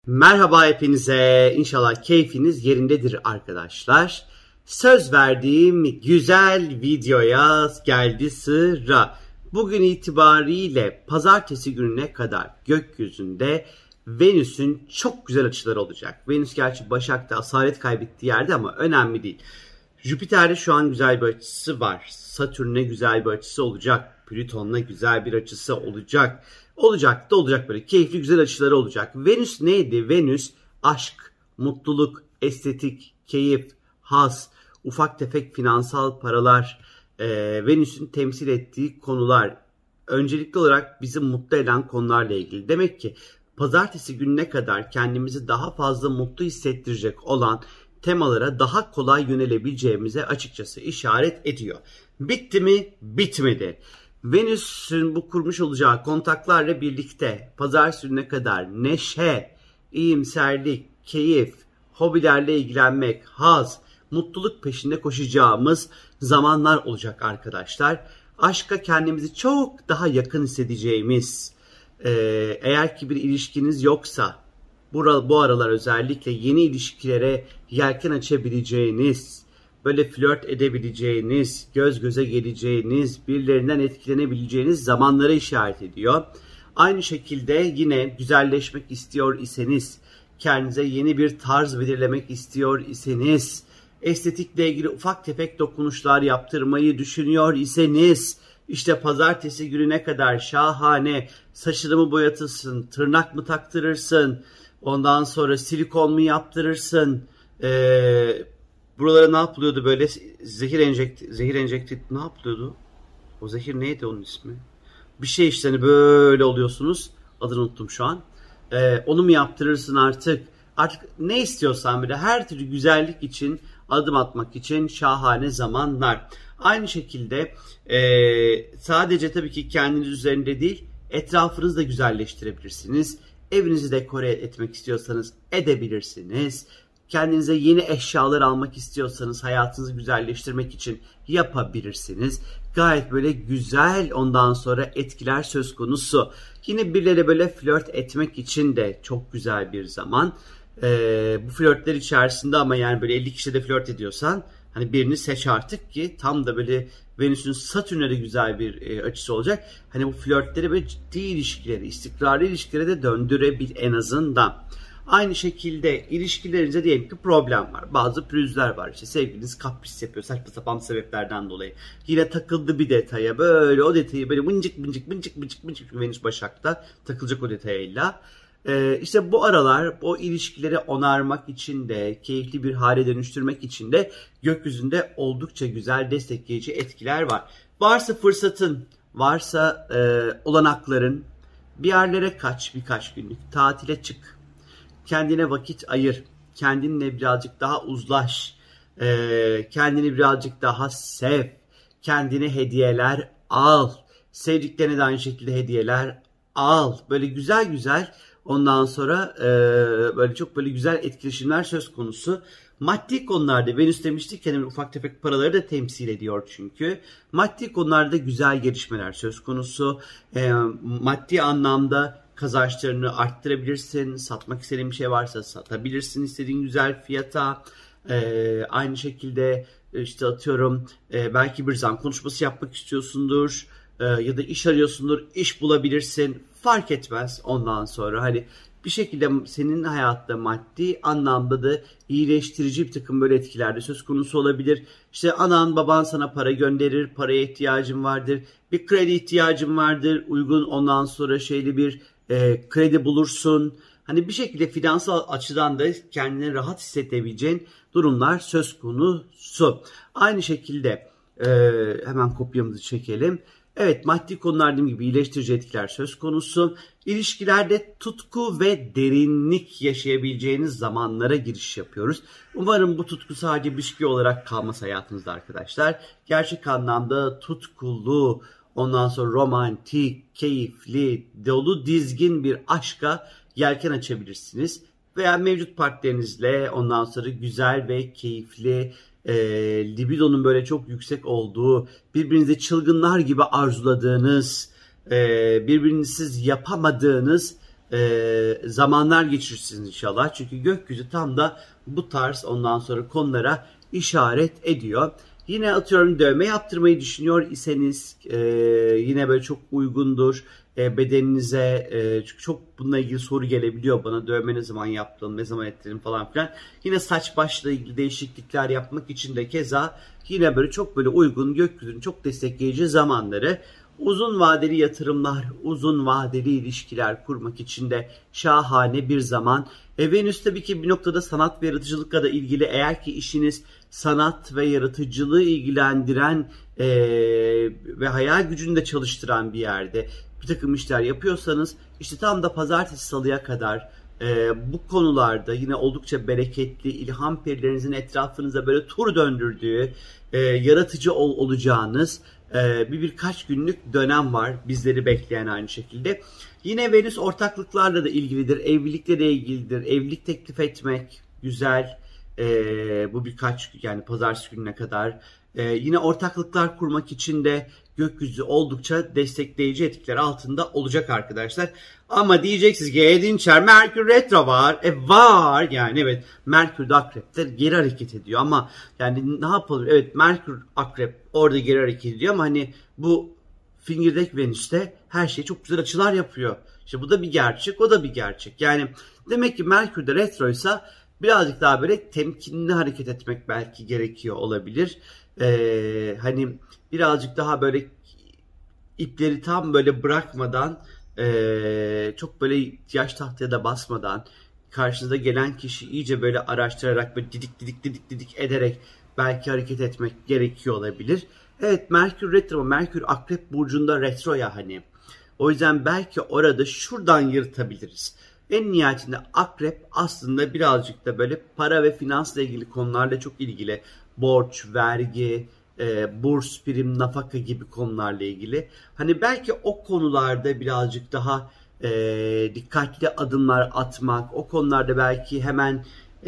Merhaba hepinize. İnşallah keyfiniz yerindedir arkadaşlar. Söz verdiğim güzel videoya geldi sıra. Bugün itibariyle pazartesi gününe kadar gökyüzünde Venüs'ün çok güzel açıları olacak. Venüs gerçi Başak'ta asalet kaybettiği yerde ama önemli değil. Jüpiter'de şu an güzel bir açısı var. Satürn'e güzel bir açısı olacak. Plüton'la güzel bir açısı olacak. Olacak da olacak, böyle keyifli güzel açıları olacak. Venüs neydi? Venüs aşk, mutluluk, estetik, keyif, haz, ufak tefek finansal paralar, Venüs'ün temsil ettiği konular. Öncelikli olarak bizi mutlu eden konularla ilgili. Demek ki pazartesi gününe kadar kendimizi daha fazla mutlu hissettirecek olan temalara daha kolay yönelebileceğimize açıkçası işaret ediyor. Bitti mi? Bitmedi. Venüs'ün bu kurmuş olacağı kontaklarla birlikte pazartesi gününe kadar neşe, iyimserlik, keyif, hobilerle ilgilenmek, haz, mutluluk peşinde koşacağımız zamanlar olacak arkadaşlar. Aşka kendimizi çok daha yakın hissedeceğimiz, eğer ki bir ilişkiniz yoksa bu aralar özellikle yeni ilişkilere yelken açabileceğiniz, böyle flört edebileceğiniz, göz göze geleceğiniz, birilerinden etkilenebileceğiniz zamanlara işaret ediyor. Aynı şekilde yine güzelleşmek istiyor iseniz, kendinize yeni bir tarz belirlemek istiyor iseniz, estetikle ilgili ufak tefek dokunuşlar yaptırmayı düşünüyor iseniz, işte pazartesi gününe kadar şahane saçını mı boyatırsın, tırnak mı taktırırsın, ondan sonra silikon mu yaptırırsın, buralara ne yapılıyordu böyle zehir enjekte ne yapılıyordu? O zehir neydi onun ismi? Bir şey işte hani böyle oluyorsunuz. Adını unuttum şu an. Onu mu yaptırırsın artık? Artık ne istiyorsan bile her türlü güzellik için adım atmak için şahane zamanlar. Aynı şekilde sadece tabii ki kendiniz üzerinde değil, etrafınızı da güzelleştirebilirsiniz. Evinizi dekore etmek istiyorsanız edebilirsiniz. Kendinize yeni eşyalar almak istiyorsanız hayatınızı güzelleştirmek için yapabilirsiniz. Gayet böyle güzel ondan sonra etkiler söz konusu. Yine birileriyle böyle flört etmek için de çok güzel bir zaman. Bu flörtler içerisinde ama yani böyle 50 kişiyle de flört ediyorsan hani birini seç artık ki tam da böyle Venüs'ün Satürn'e de güzel bir açısı olacak. Hani bu flörtleri böyle ciddi ilişkileri, istikrarlı ilişkilere de döndürebil en azından. Aynı şekilde ilişkilerinizde diyelim ki problem var. Bazı pürüzler var. İşte sevgiliniz kapris yapıyor saçma sapan sebeplerden dolayı. Yine takıldı bir detaya. Böyle o detayı böyle mıncık Venüs Başak'ta takılacak o detaya illa. İşte bu aralar o ilişkileri onarmak için de keyifli bir hale dönüştürmek için de gökyüzünde oldukça güzel destekleyici etkiler var. Varsa fırsatın, varsa olanakların bir yerlere kaç, birkaç günlük tatile çık. Kendine vakit ayır. Kendinle birazcık daha uzlaş. Kendini birazcık daha sev. Kendine hediyeler al. Sevdiklerine de aynı şekilde hediyeler al. Böyle güzel güzel ondan sonra böyle çok böyle güzel etkileşimler söz konusu. Maddi konularda Venüs demiştik yani ufak tefek paraları da temsil ediyor çünkü. Maddi konularda güzel gelişmeler söz konusu. Maddi anlamda kazançlarını arttırabilirsin. Satmak istediğin bir şey varsa satabilirsin istediğin güzel fiyata. Aynı şekilde işte atıyorum belki bir zam konuşması yapmak istiyorsundur. Ya da iş arıyorsundur, iş bulabilirsin. Fark etmez ondan sonra. Hani bir şekilde senin hayatta maddi anlamda da iyileştirici bir takım böyle etkilerde söz konusu olabilir. İşte anan baban sana para gönderir, paraya ihtiyacın vardır. Bir kredi ihtiyacın vardır. Uygun ondan sonra şeyli bir kredi bulursun. Hani bir şekilde finansal açıdan da kendini rahat hissedebileceğin durumlar söz konusu. Aynı şekilde hemen kopyamızı çekelim. Evet, maddi konular dediğim gibi iyileştirici etkiler söz konusu. İlişkilerde tutku ve derinlik yaşayabileceğiniz zamanlara giriş yapıyoruz. Umarım bu tutku sadece ilişki olarak kalmaz hayatınızda arkadaşlar. Gerçek anlamda tutkulu, ondan sonra romantik, keyifli, dolu dizgin bir aşka yelken açabilirsiniz. Veya mevcut partnerinizle ondan sonra güzel ve keyifli, libidonun böyle çok yüksek olduğu, birbirinizi çılgınlar gibi arzuladığınız, birbirinizi yapamadığınız zamanlar geçirirsiniz inşallah. Çünkü gökyüzü tam da bu tarz ondan sonra konulara işaret ediyor. Yine atıyorum dövme yaptırmayı düşünüyor iseniz yine böyle çok uygundur bedeninize. Çünkü çok bununla ilgili soru gelebiliyor bana, dövme ne zaman yaptın, ne zaman ettirin falan filan. Yine saç başla ilgili değişiklikler yapmak için de keza yine böyle çok böyle uygun, gökyüzünün çok destekleyici zamanları. Uzun vadeli yatırımlar, uzun vadeli ilişkiler kurmak için de şahane bir zaman. Venüs tabii ki bir noktada sanat ve yaratıcılıkla da ilgili, eğer ki işiniz sanat ve yaratıcılığı ilgilendiren ve hayal gücünü de çalıştıran bir yerde bir takım işler yapıyorsanız, işte tam da pazartesi salıya kadar bu konularda yine oldukça bereketli, ilham perilerinizin etrafınıza böyle tur döndürdüğü, yaratıcı olacağınız birkaç günlük dönem var bizleri bekleyen aynı şekilde. Yine Venüs ortaklıklarla da ilgilidir, evlilikle de ilgilidir. Evlilik teklif etmek güzel, bu birkaç yani pazartesi gününe kadar. Yine ortaklıklar kurmak için de gökyüzü oldukça destekleyici etkiler altında olacak arkadaşlar. Ama diyeceksiniz ki Dinçer, Merkür retro var. Var yani, evet, Merkür de Akrep'te geri hareket ediyor ama yani ne yapalım, evet Merkür Akrep orada geri hareket ediyor ama hani bu Fingirdek Venüs'te her şey çok güzel açılar yapıyor. İşte bu da bir gerçek, o da bir gerçek. Yani demek ki Merkür'de retroysa birazcık daha böyle temkinli hareket etmek belki gerekiyor olabilir. Hani birazcık daha böyle ipleri tam böyle bırakmadan, çok böyle yaş tahtaya da basmadan, karşınıza gelen kişi iyice böyle araştırarak, böyle didik ederek belki hareket etmek gerekiyor olabilir. Evet, Merkür retro, Merkür Akrep burcunda retro ya hani. O yüzden belki orada şuradan yırtabiliriz. En nihayetinde Akrep aslında birazcık da böyle para ve finansla ilgili konularla çok ilgili. Borç, vergi, burs, prim, nafaka gibi konularla ilgili. Hani belki o konularda birazcık daha dikkatli adımlar atmak, o konularda belki hemen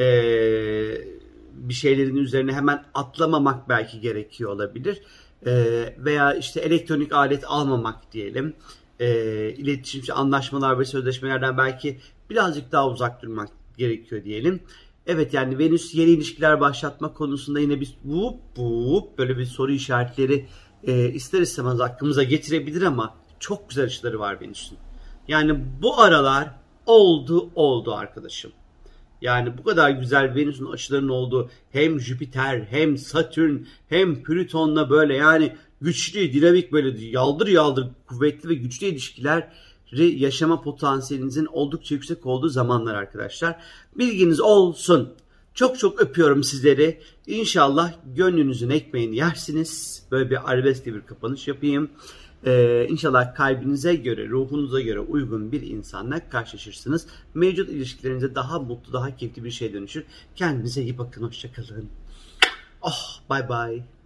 bir şeylerin üzerine hemen atlamamak belki gerekiyor olabilir. Veya işte elektronik alet almamak diyelim. İletişim, anlaşmalar ve sözleşmelerden belki birazcık daha uzak durmak gerekiyor diyelim. Evet, yani Venüs yeni ilişkiler başlatma konusunda yine bir böyle bir soru işaretleri ister istemez aklımıza getirebilir ama çok güzel açıları var Venüs'ün. Yani bu aralar oldu arkadaşım. Yani bu kadar güzel Venüs'ün açılarının olduğu, hem Jüpiter hem Satürn hem Plüton'la böyle yani güçlü, dinamik, böyle yaldır kuvvetli ve güçlü ilişkiler yaşama potansiyelinizin oldukça yüksek olduğu zamanlar arkadaşlar. Bilginiz olsun. Çok öpüyorum sizleri. İnşallah gönlünüzün ekmeğini yersiniz. Böyle bir arabeskle bir kapanış yapayım. İnşallah kalbinize göre, ruhunuza göre uygun bir insanla karşılaşırsınız. Mevcut ilişkilerinize daha mutlu, daha keyifli bir şey dönüşür. Kendinize iyi bakın. Hoşçakalın. Bye bye.